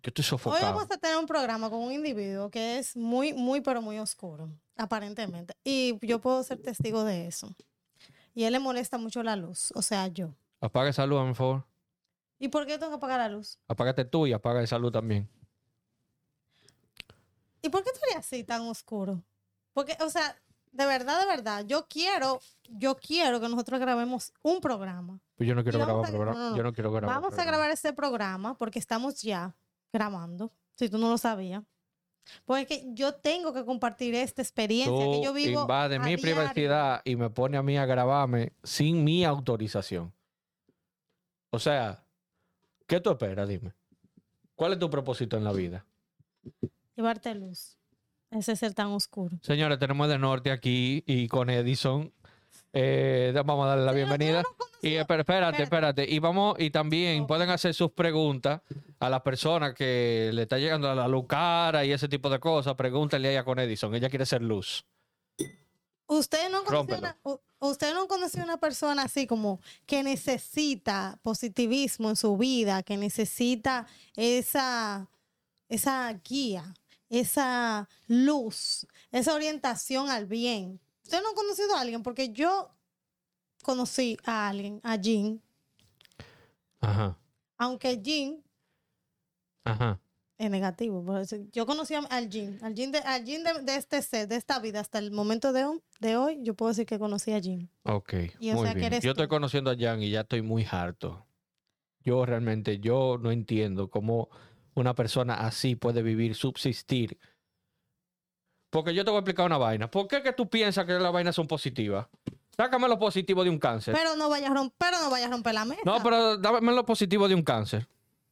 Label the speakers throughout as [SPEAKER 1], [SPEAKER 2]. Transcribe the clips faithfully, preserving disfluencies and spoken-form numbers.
[SPEAKER 1] Yo estoy
[SPEAKER 2] Hoy
[SPEAKER 1] sofocado.
[SPEAKER 2] vamos a tener un programa con un individuo que es muy, muy, pero muy oscuro, aparentemente. Y yo puedo ser testigo de eso. Y a él le molesta mucho la luz, o sea, yo.
[SPEAKER 1] Apaga esa luz, por favor.
[SPEAKER 2] ¿Y por qué tengo que apagar la luz?
[SPEAKER 1] Apágate tú y apaga esa luz también.
[SPEAKER 2] ¿Y por qué tú eres así tan oscuro? Porque, o sea, de verdad, de verdad, yo quiero, yo quiero que nosotros grabemos un programa.
[SPEAKER 1] Pues yo no quiero
[SPEAKER 2] Y vamos
[SPEAKER 1] grabar
[SPEAKER 2] a-
[SPEAKER 1] programa.
[SPEAKER 2] no, no, no.
[SPEAKER 1] Yo no quiero grabar
[SPEAKER 2] Vamos a
[SPEAKER 1] programa.
[SPEAKER 2] grabar este programa porque estamos ya grabando, si tú no lo sabías. Porque es que yo tengo que compartir esta experiencia
[SPEAKER 1] Tú
[SPEAKER 2] que yo vivo
[SPEAKER 1] invades
[SPEAKER 2] a
[SPEAKER 1] mi
[SPEAKER 2] diario.
[SPEAKER 1] privacidad y me pone a mí a grabarme sin mi autorización. O sea, ¿qué tú esperas? Dime. ¿Cuál es tu propósito en la vida?
[SPEAKER 2] Llevarte luz. Ese ser tan oscuro.
[SPEAKER 1] Señores, tenemos de norte aquí y con Edison. Eh, vamos a darle la
[SPEAKER 2] Pero yo
[SPEAKER 1] bienvenida.
[SPEAKER 2] no conozco-
[SPEAKER 1] Y espérate, espérate, espérate. Y vamos, y también
[SPEAKER 2] Ok.
[SPEAKER 1] pueden hacer sus preguntas a las personas que le está llegando a la luz cara y ese tipo de cosas. Pregúntale a ella con Edison. Ella quiere ser luz.
[SPEAKER 2] Usted no conoció
[SPEAKER 1] Rómpelo.
[SPEAKER 2] una, u- usted no conoció una persona así como que necesita positivismo en su vida, que necesita esa, esa guía, esa luz, esa orientación al bien. Usted no ha conocido a alguien, porque yo conocí a alguien, a Jean,
[SPEAKER 1] Ajá.
[SPEAKER 2] aunque Jean
[SPEAKER 1] Ajá.
[SPEAKER 2] es negativo. Por eso yo conocí a- al Jean, al Jean, de, al Jean de, de este set, de esta vida, hasta el momento de, hoy- de hoy, yo puedo decir que conocí a Jean.
[SPEAKER 1] Ok.
[SPEAKER 2] Y o
[SPEAKER 1] muy
[SPEAKER 2] sea, que
[SPEAKER 1] bien.
[SPEAKER 2] eres
[SPEAKER 1] Yo estoy
[SPEAKER 2] tú.
[SPEAKER 1] conociendo a Jan y ya estoy muy harto. Yo realmente, yo no entiendo cómo una persona así puede vivir, subsistir. Porque yo te voy a explicar una vaina. ¿Por qué que tú piensas que las vainas son positivas? Sácame lo positivo de un cáncer.
[SPEAKER 2] Pero no vayas a romper, pero no vayas a romper la mesa.
[SPEAKER 1] No, pero dame lo positivo de un cáncer.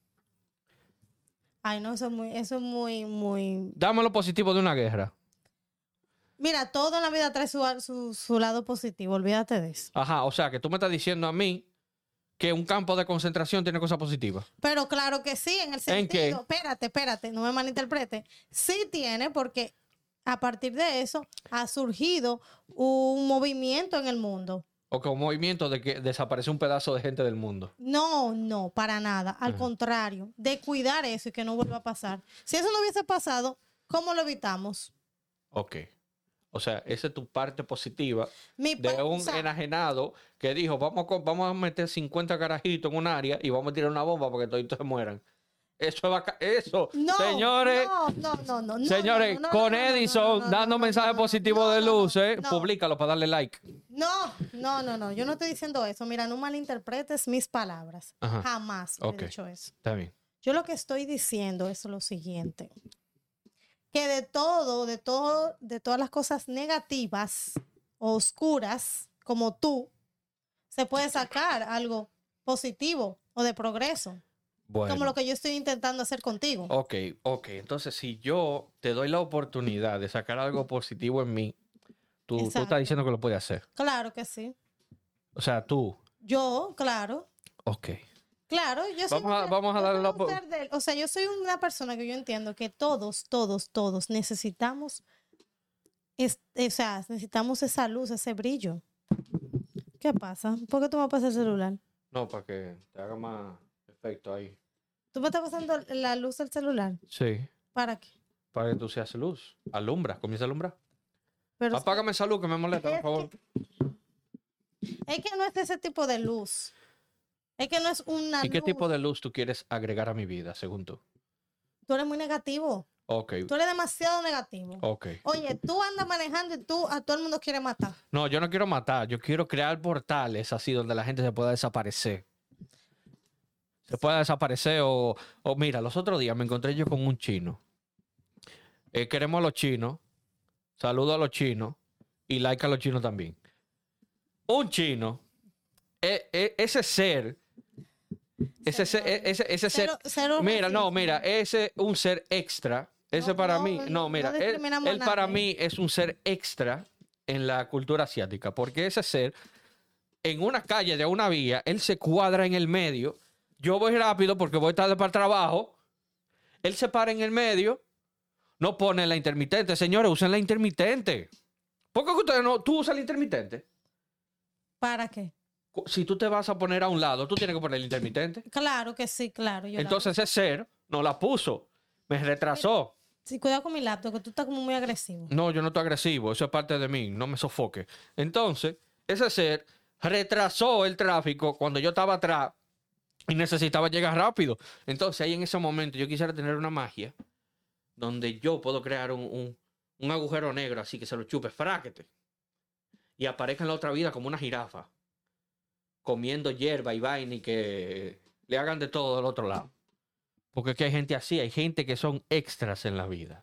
[SPEAKER 2] Ay, no, eso es muy, eso es muy, muy.
[SPEAKER 1] Dame lo positivo de una guerra.
[SPEAKER 2] Mira, todo en la vida trae su, su, su lado positivo, olvídate de eso.
[SPEAKER 1] Ajá, o sea, que tú me estás diciendo a mí que un campo de concentración tiene cosas positivas.
[SPEAKER 2] Pero claro que sí, en el sentido.
[SPEAKER 1] ¿En qué?
[SPEAKER 2] Espérate, espérate, no me malinterprete. Sí tiene, porque a partir de eso ha surgido un movimiento en el mundo.
[SPEAKER 1] O que un movimiento de que desaparece un pedazo de gente del mundo.
[SPEAKER 2] No, no, para nada. Al
[SPEAKER 1] Ajá.
[SPEAKER 2] contrario, de cuidar eso y que no vuelva a pasar. Si eso no hubiese pasado, ¿cómo lo evitamos?
[SPEAKER 1] Ok. O sea, esa es tu parte positiva
[SPEAKER 2] Mi
[SPEAKER 1] de
[SPEAKER 2] pa-
[SPEAKER 1] un
[SPEAKER 2] o sea,
[SPEAKER 1] enajenado que dijo, vamos a, co- vamos a meter cincuenta carajitos en un área y vamos a tirar una bomba para que todos se mueran. Eso es vaca- Eso,
[SPEAKER 2] No,
[SPEAKER 1] señores,
[SPEAKER 2] no, no, no, no, no,
[SPEAKER 1] señores,
[SPEAKER 2] no, no,
[SPEAKER 1] con
[SPEAKER 2] no, no, no,
[SPEAKER 1] Edison
[SPEAKER 2] no, no,
[SPEAKER 1] dando
[SPEAKER 2] no,
[SPEAKER 1] mensajes
[SPEAKER 2] no, no,
[SPEAKER 1] positivos
[SPEAKER 2] no,
[SPEAKER 1] de
[SPEAKER 2] no,
[SPEAKER 1] luz,
[SPEAKER 2] no,
[SPEAKER 1] ¿eh?
[SPEAKER 2] no.
[SPEAKER 1] Publícalo para darle like.
[SPEAKER 2] No, no, no, no, yo no estoy diciendo eso. Mira, no malinterpretes mis palabras.
[SPEAKER 1] Ajá.
[SPEAKER 2] Jamás
[SPEAKER 1] Ok.
[SPEAKER 2] he dicho eso.
[SPEAKER 1] Está bien.
[SPEAKER 2] Yo lo que estoy diciendo es lo siguiente. Que de todo, de todo, de todas las cosas negativas o oscuras, como tú, se puede sacar algo positivo o de progreso.
[SPEAKER 1] Bueno.
[SPEAKER 2] Como lo que yo estoy intentando hacer contigo.
[SPEAKER 1] Ok, ok. Entonces, si yo te doy la oportunidad de sacar algo positivo en mí, tú, tú
[SPEAKER 2] Exacto.
[SPEAKER 1] estás diciendo que lo puedes hacer.
[SPEAKER 2] Claro que sí.
[SPEAKER 1] O sea, tú.
[SPEAKER 2] Yo, claro.
[SPEAKER 1] Ok.
[SPEAKER 2] Claro, yo soy
[SPEAKER 1] Vamos a-
[SPEAKER 2] un-
[SPEAKER 1] vamos a
[SPEAKER 2] yo
[SPEAKER 1] darle
[SPEAKER 2] soy
[SPEAKER 1] la
[SPEAKER 2] un
[SPEAKER 1] po-
[SPEAKER 2] ser del- o sea, yo soy una persona que yo entiendo que todos, todos, todos necesitamos, es- o sea, necesitamos esa luz, ese brillo. ¿Qué pasa? ¿Por qué tú me pasas el celular?
[SPEAKER 1] No, para que te haga más efecto ahí.
[SPEAKER 2] ¿Tú me estás pasando la luz del celular?
[SPEAKER 1] Sí.
[SPEAKER 2] ¿Para qué?
[SPEAKER 1] Para que tú seas luz. Alumbra, comienza a alumbrar.
[SPEAKER 2] Pero es que-
[SPEAKER 1] Apágame esa luz que me molesta, por
[SPEAKER 2] Es
[SPEAKER 1] favor.
[SPEAKER 2] es que no es ese tipo de luz. Es que no es una
[SPEAKER 1] ¿Y qué
[SPEAKER 2] luz.
[SPEAKER 1] tipo de luz tú quieres agregar a mi vida, según tú?
[SPEAKER 2] Tú eres muy negativo.
[SPEAKER 1] Ok,
[SPEAKER 2] Tú eres demasiado negativo.
[SPEAKER 1] ok.
[SPEAKER 2] Oye, tú andas manejando y tú a todo el mundo quieres matar.
[SPEAKER 1] No, yo no quiero matar, yo quiero crear portales así donde la gente se pueda desaparecer. Se pueda desaparecer o, o mira, los otros días me encontré yo con un chino. Eh, queremos a los chinos, saludo a los chinos y like a los chinos también. Un chino, eh, eh, ese ser, ese ser, eh, ese, ese ser,
[SPEAKER 2] Cero- cero
[SPEAKER 1] mira, no,
[SPEAKER 2] racismo.
[SPEAKER 1] mira, ese un ser extra. Ese
[SPEAKER 2] No,
[SPEAKER 1] para
[SPEAKER 2] no,
[SPEAKER 1] mí,
[SPEAKER 2] no,
[SPEAKER 1] no,
[SPEAKER 2] no
[SPEAKER 1] mira, él,
[SPEAKER 2] discriminamos a
[SPEAKER 1] él para
[SPEAKER 2] nadie.
[SPEAKER 1] mí es un ser extra en la cultura asiática, porque ese ser, en una calle de una vía, él se cuadra en el medio. Yo voy rápido porque voy tarde para el trabajo. Él se para en el medio, no pone la intermitente. Señores, usen la intermitente. ¿Por qué que ustedes no? ¿Tú usas la intermitente?
[SPEAKER 2] ¿Para qué?
[SPEAKER 1] Si tú te vas a poner a un lado, tú tienes que poner el intermitente.
[SPEAKER 2] Claro que sí, claro. yo la
[SPEAKER 1] Entonces ese ser no la puso. Me retrasó.
[SPEAKER 2] Sí, cuidado con mi laptop, que tú estás como muy agresivo.
[SPEAKER 1] No, yo no estoy agresivo. Eso es parte de mí. No me sofoque. Entonces, ese ser retrasó el tráfico cuando yo estaba atrás y necesitaba llegar rápido. Entonces, ahí en ese momento yo quisiera tener una magia donde yo puedo crear un, un, un agujero negro así que se lo chupe, fráquete. Y aparezca en la otra vida como una jirafa, comiendo hierba y vaina y que le hagan de todo del otro lado. Porque es que hay gente así, hay gente que son extras en la vida.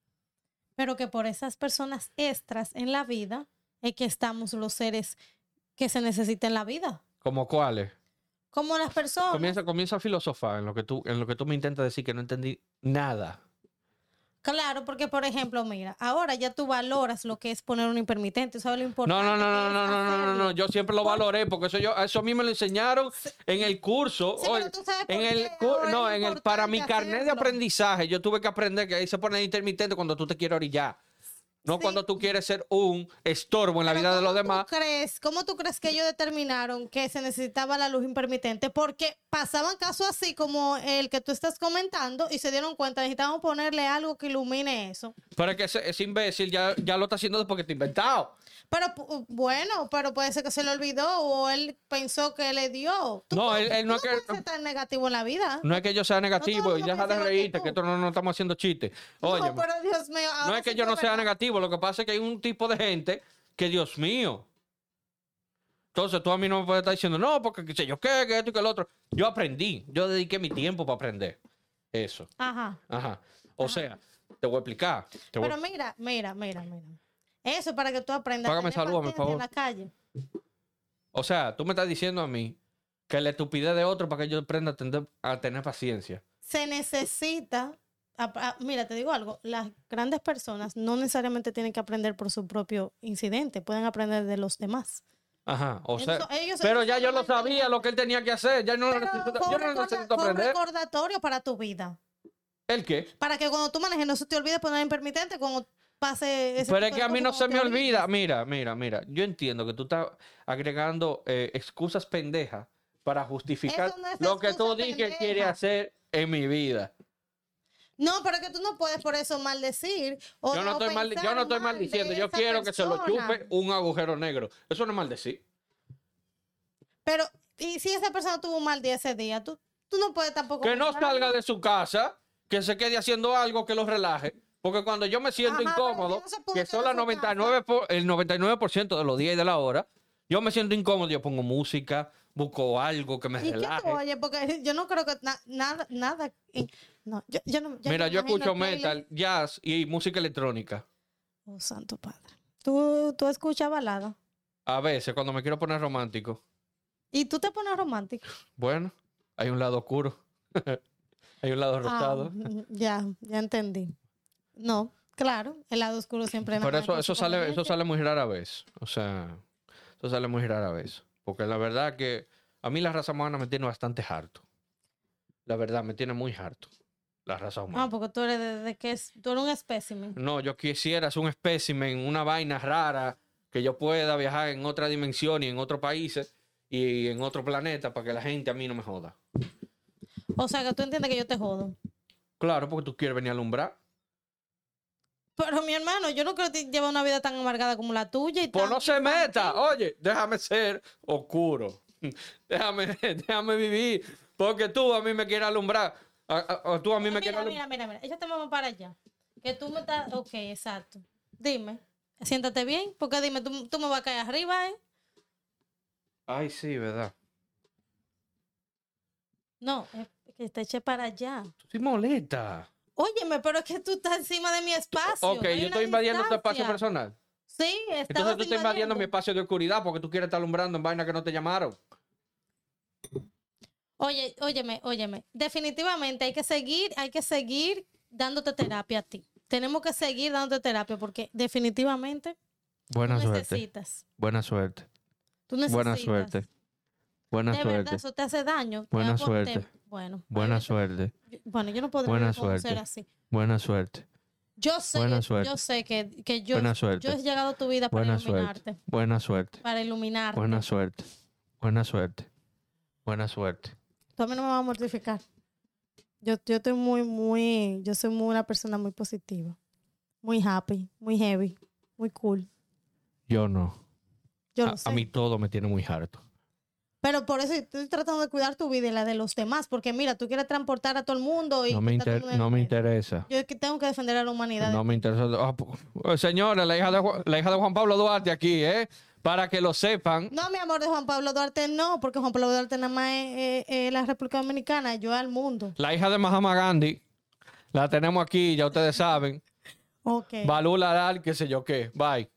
[SPEAKER 2] Pero que por esas personas extras en la vida es que estamos los seres que se necesitan en la vida.
[SPEAKER 1] ¿Como cuáles?
[SPEAKER 2] Como las personas.
[SPEAKER 1] Comienza, comienza a filosofar en lo que tú, en lo que tú me intentas decir que no entendí nada.
[SPEAKER 2] Claro, porque por ejemplo, mira, ahora ya tú valoras lo que es poner un intermitente, ¿sabes lo importante?
[SPEAKER 1] No, no, no, no,
[SPEAKER 2] que
[SPEAKER 1] no,
[SPEAKER 2] es
[SPEAKER 1] no, no, no, no,
[SPEAKER 2] hacerlo?
[SPEAKER 1] yo siempre lo valoré porque eso yo, eso a mí me lo enseñaron en el curso.
[SPEAKER 2] Sí,
[SPEAKER 1] Oye,
[SPEAKER 2] pero tú sabes por
[SPEAKER 1] en el
[SPEAKER 2] qué
[SPEAKER 1] cu-
[SPEAKER 2] ahora
[SPEAKER 1] no,
[SPEAKER 2] es
[SPEAKER 1] en el para mi
[SPEAKER 2] importante
[SPEAKER 1] carnet de
[SPEAKER 2] hacerlo.
[SPEAKER 1] aprendizaje yo tuve que aprender que ahí se pone intermitente cuando tú te quieres orillar. No
[SPEAKER 2] Sí.
[SPEAKER 1] cuando tú quieres ser un estorbo en la
[SPEAKER 2] Pero
[SPEAKER 1] vida de los
[SPEAKER 2] ¿cómo
[SPEAKER 1] demás.
[SPEAKER 2] tú crees, ¿Cómo tú crees que ellos determinaron que se necesitaba la luz intermitente? Porque pasaban casos así como el que tú estás comentando y se dieron cuenta, necesitaban ponerle algo que ilumine eso.
[SPEAKER 1] Pero es que ese, ese imbécil ya, ya lo está haciendo después que te inventado.
[SPEAKER 2] Pero pu- bueno, pero puede ser que se le olvidó o él pensó que le dio. Tú
[SPEAKER 1] No,
[SPEAKER 2] puedes-
[SPEAKER 1] él, él no
[SPEAKER 2] tú
[SPEAKER 1] es que...
[SPEAKER 2] puedes ser tan negativo en la vida.
[SPEAKER 1] No es que yo sea negativo
[SPEAKER 2] todo
[SPEAKER 1] y
[SPEAKER 2] el mundo
[SPEAKER 1] deja de
[SPEAKER 2] piensa igual que
[SPEAKER 1] reírte,
[SPEAKER 2] tú.
[SPEAKER 1] que esto no, no estamos haciendo chistes. Oye,
[SPEAKER 2] No, pero Dios mío.
[SPEAKER 1] no
[SPEAKER 2] ahora
[SPEAKER 1] es que
[SPEAKER 2] sí
[SPEAKER 1] yo no
[SPEAKER 2] es
[SPEAKER 1] sea
[SPEAKER 2] verdad.
[SPEAKER 1] negativo, lo que pasa es que hay un tipo de gente que, Dios mío. Entonces tú a mí no me puedes estar diciendo, no, porque qué sé yo qué, que esto y que el otro. Yo aprendí, yo dediqué mi tiempo para aprender eso.
[SPEAKER 2] Ajá.
[SPEAKER 1] Ajá. O sea, te voy a explicar. Te voy-
[SPEAKER 2] Pero mira, mira, mira, mira. Eso para que tú aprendas
[SPEAKER 1] Págame
[SPEAKER 2] a tener
[SPEAKER 1] salud, por
[SPEAKER 2] paciencia
[SPEAKER 1] favor.
[SPEAKER 2] en la calle.
[SPEAKER 1] O sea, tú me estás diciendo a mí que la estupidez de otro para que yo aprenda a, tener- a tener paciencia.
[SPEAKER 2] Se necesita, a- a- mira, te digo algo, las grandes personas no necesariamente tienen que aprender por su propio incidente, pueden aprender de los demás.
[SPEAKER 1] Ajá, o sea,
[SPEAKER 2] Ellos- ellos-
[SPEAKER 1] pero
[SPEAKER 2] ellos
[SPEAKER 1] ya
[SPEAKER 2] son
[SPEAKER 1] yo lo
[SPEAKER 2] más
[SPEAKER 1] sabía
[SPEAKER 2] inteligentes.
[SPEAKER 1] lo que él tenía que hacer, ya no lo
[SPEAKER 2] Pero
[SPEAKER 1] necesito,
[SPEAKER 2] fue
[SPEAKER 1] yo
[SPEAKER 2] un,
[SPEAKER 1] no
[SPEAKER 2] recorda-
[SPEAKER 1] necesito
[SPEAKER 2] fue un
[SPEAKER 1] aprender.
[SPEAKER 2] recordatorio para tu vida.
[SPEAKER 1] ¿El qué?
[SPEAKER 2] Para que cuando tú manejes no se te olvide poner intermitente cuando pase ese
[SPEAKER 1] Pero es
[SPEAKER 2] tipo
[SPEAKER 1] que
[SPEAKER 2] de
[SPEAKER 1] a mí
[SPEAKER 2] cosas,
[SPEAKER 1] no
[SPEAKER 2] cuando
[SPEAKER 1] se
[SPEAKER 2] te
[SPEAKER 1] me
[SPEAKER 2] olvides.
[SPEAKER 1] olvida. Mira, mira, mira. Yo entiendo que tú estás agregando eh, excusas pendejas para justificar
[SPEAKER 2] Eso no es
[SPEAKER 1] lo que tú
[SPEAKER 2] excusa
[SPEAKER 1] dices que
[SPEAKER 2] pendeja.
[SPEAKER 1] quieres hacer en mi vida.
[SPEAKER 2] No, pero es que tú no puedes por eso maldecir. O
[SPEAKER 1] Yo no
[SPEAKER 2] o
[SPEAKER 1] estoy mal,
[SPEAKER 2] pensar
[SPEAKER 1] yo no estoy
[SPEAKER 2] mal
[SPEAKER 1] maldiciendo.
[SPEAKER 2] de
[SPEAKER 1] Yo
[SPEAKER 2] esa
[SPEAKER 1] quiero que se lo
[SPEAKER 2] persona.
[SPEAKER 1] chupe un agujero negro. Eso no es maldecir.
[SPEAKER 2] Pero, ¿y si esa persona tuvo un mal día ese día? Tú, tú no puedes tampoco...
[SPEAKER 1] Que no
[SPEAKER 2] pensar,
[SPEAKER 1] salga de su casa, que se quede haciendo algo que lo relaje. Porque cuando yo me siento
[SPEAKER 2] Ajá, pero
[SPEAKER 1] incómodo,
[SPEAKER 2] si no se pudo
[SPEAKER 1] que
[SPEAKER 2] quedar
[SPEAKER 1] son
[SPEAKER 2] en
[SPEAKER 1] las
[SPEAKER 2] su
[SPEAKER 1] noventa y nueve por- el noventa y nueve por ciento de los días y de la hora, yo me siento incómodo, yo pongo música, busco algo que me
[SPEAKER 2] ¿Y qué tú
[SPEAKER 1] relaje.
[SPEAKER 2] oyes? Porque yo no creo que na- nada, nada... y- No, yo, yo no...
[SPEAKER 1] Mira,
[SPEAKER 2] me
[SPEAKER 1] yo
[SPEAKER 2] imagino
[SPEAKER 1] escucho
[SPEAKER 2] el playlist.
[SPEAKER 1] metal, jazz y música electrónica.
[SPEAKER 2] Oh, santo padre. ¿Tú, tú escuchas balada?
[SPEAKER 1] A veces, cuando me quiero poner romántico.
[SPEAKER 2] ¿Y tú te pones romántico?
[SPEAKER 1] Bueno, hay un lado oscuro. Hay un lado
[SPEAKER 2] Ah,
[SPEAKER 1] rosado.
[SPEAKER 2] mm, ya, ya entendí. No, claro, el lado oscuro siempre...
[SPEAKER 1] Pero
[SPEAKER 2] nada
[SPEAKER 1] eso,
[SPEAKER 2] con
[SPEAKER 1] eso
[SPEAKER 2] su
[SPEAKER 1] sale, eso
[SPEAKER 2] conveniencia.
[SPEAKER 1] sale muy rara vez. O sea, eso sale muy rara vez. Porque la verdad que a mí la raza humana me tiene bastante harto. La verdad, me tiene muy harto. La raza humana.
[SPEAKER 2] Ah, porque tú eres de, de que es, tú eres un espécimen.
[SPEAKER 1] No, yo quisiera ser un espécimen, una vaina rara, que yo pueda viajar en otra dimensión y en otros países y en otro planeta para que la gente a mí no me joda.
[SPEAKER 2] O sea, que tú entiendes que yo te jodo.
[SPEAKER 1] Claro, porque tú quieres venir a alumbrar.
[SPEAKER 2] Pero mi hermano, yo no creo que lleva una vida tan amargada como la tuya. Y
[SPEAKER 1] Pues
[SPEAKER 2] tan
[SPEAKER 1] no se
[SPEAKER 2] infantil.
[SPEAKER 1] meta. Oye, déjame ser oscuro. Déjame, déjame vivir. Porque tú a mí me quieres alumbrar. A- a- o tú a mí me quieres
[SPEAKER 2] Mira,
[SPEAKER 1] alumbrar.
[SPEAKER 2] mira, mira, mira. Échate vamos para allá. Que tú me estás... Ok, exacto. Dime. Siéntate bien. Porque dime, tú, tú me vas a caer arriba, ¿eh?
[SPEAKER 1] Ay, sí, ¿verdad?
[SPEAKER 2] No, es que te eche para allá.
[SPEAKER 1] Tú estoy molesta.
[SPEAKER 2] Óyeme, pero es que tú estás encima de mi espacio.
[SPEAKER 1] Ok,
[SPEAKER 2] hay
[SPEAKER 1] yo
[SPEAKER 2] una
[SPEAKER 1] estoy invadiendo tu espacio
[SPEAKER 2] distancia.
[SPEAKER 1] personal.
[SPEAKER 2] Sí,
[SPEAKER 1] Entonces
[SPEAKER 2] estabas
[SPEAKER 1] tú estás invadiendo mi espacio de oscuridad porque tú quieres estar alumbrando en vaina que no te llamaron.
[SPEAKER 2] Oye, óyeme, óyeme. Definitivamente hay que seguir, hay que seguir dándote terapia a ti. Tenemos que seguir dándote terapia porque definitivamente
[SPEAKER 1] Buena
[SPEAKER 2] tú
[SPEAKER 1] suerte.
[SPEAKER 2] necesitas.
[SPEAKER 1] Buena suerte.
[SPEAKER 2] Tú necesitas.
[SPEAKER 1] Buena suerte. Buena
[SPEAKER 2] De verdad,
[SPEAKER 1] suerte.
[SPEAKER 2] eso te hace daño. te
[SPEAKER 1] Buena
[SPEAKER 2] da por-
[SPEAKER 1] suerte.
[SPEAKER 2] te- Bueno.
[SPEAKER 1] Buena
[SPEAKER 2] ay, yo-
[SPEAKER 1] suerte.
[SPEAKER 2] yo- Bueno, yo no podría
[SPEAKER 1] Buena
[SPEAKER 2] reconocer
[SPEAKER 1] suerte.
[SPEAKER 2] así.
[SPEAKER 1] Buena suerte.
[SPEAKER 2] Yo sé,
[SPEAKER 1] Buena suerte.
[SPEAKER 2] yo sé que, que yo,
[SPEAKER 1] Buena
[SPEAKER 2] yo
[SPEAKER 1] suerte.
[SPEAKER 2] he llegado a tu vida para
[SPEAKER 1] Buena
[SPEAKER 2] iluminarte.
[SPEAKER 1] suerte. Buena suerte.
[SPEAKER 2] Para iluminarte.
[SPEAKER 1] Buena suerte. Buena suerte. Buena suerte.
[SPEAKER 2] Tú a mí no me vas a mortificar. Yo, yo estoy muy, muy, yo soy muy una persona muy positiva. Muy happy, muy heavy, muy cool.
[SPEAKER 1] Yo no.
[SPEAKER 2] Yo
[SPEAKER 1] A,
[SPEAKER 2] lo sé.
[SPEAKER 1] a mí todo me tiene muy harto.
[SPEAKER 2] Pero por eso estoy tratando de cuidar tu vida y la de los demás. Porque mira, tú quieres transportar a todo el mundo y
[SPEAKER 1] No me,
[SPEAKER 2] quitar todo el
[SPEAKER 1] inter-
[SPEAKER 2] mundo en
[SPEAKER 1] no
[SPEAKER 2] el
[SPEAKER 1] me
[SPEAKER 2] medio.
[SPEAKER 1] interesa.
[SPEAKER 2] Yo es que tengo que defender a la humanidad.
[SPEAKER 1] No me interesa. Ah, pu- eh, señora, la hija, de, Ju- la hija de Juan Pablo Duarte aquí, ¿eh? Para que lo sepan.
[SPEAKER 2] No, mi amor, de Juan Pablo Duarte no, porque Juan Pablo Duarte nada más es, es- es la República Dominicana, yo al mundo.
[SPEAKER 1] La hija de Mahatma Gandhi, la tenemos aquí, ya ustedes saben.
[SPEAKER 2] Ok.
[SPEAKER 1] Balú Laral, qué sé yo qué. Bye.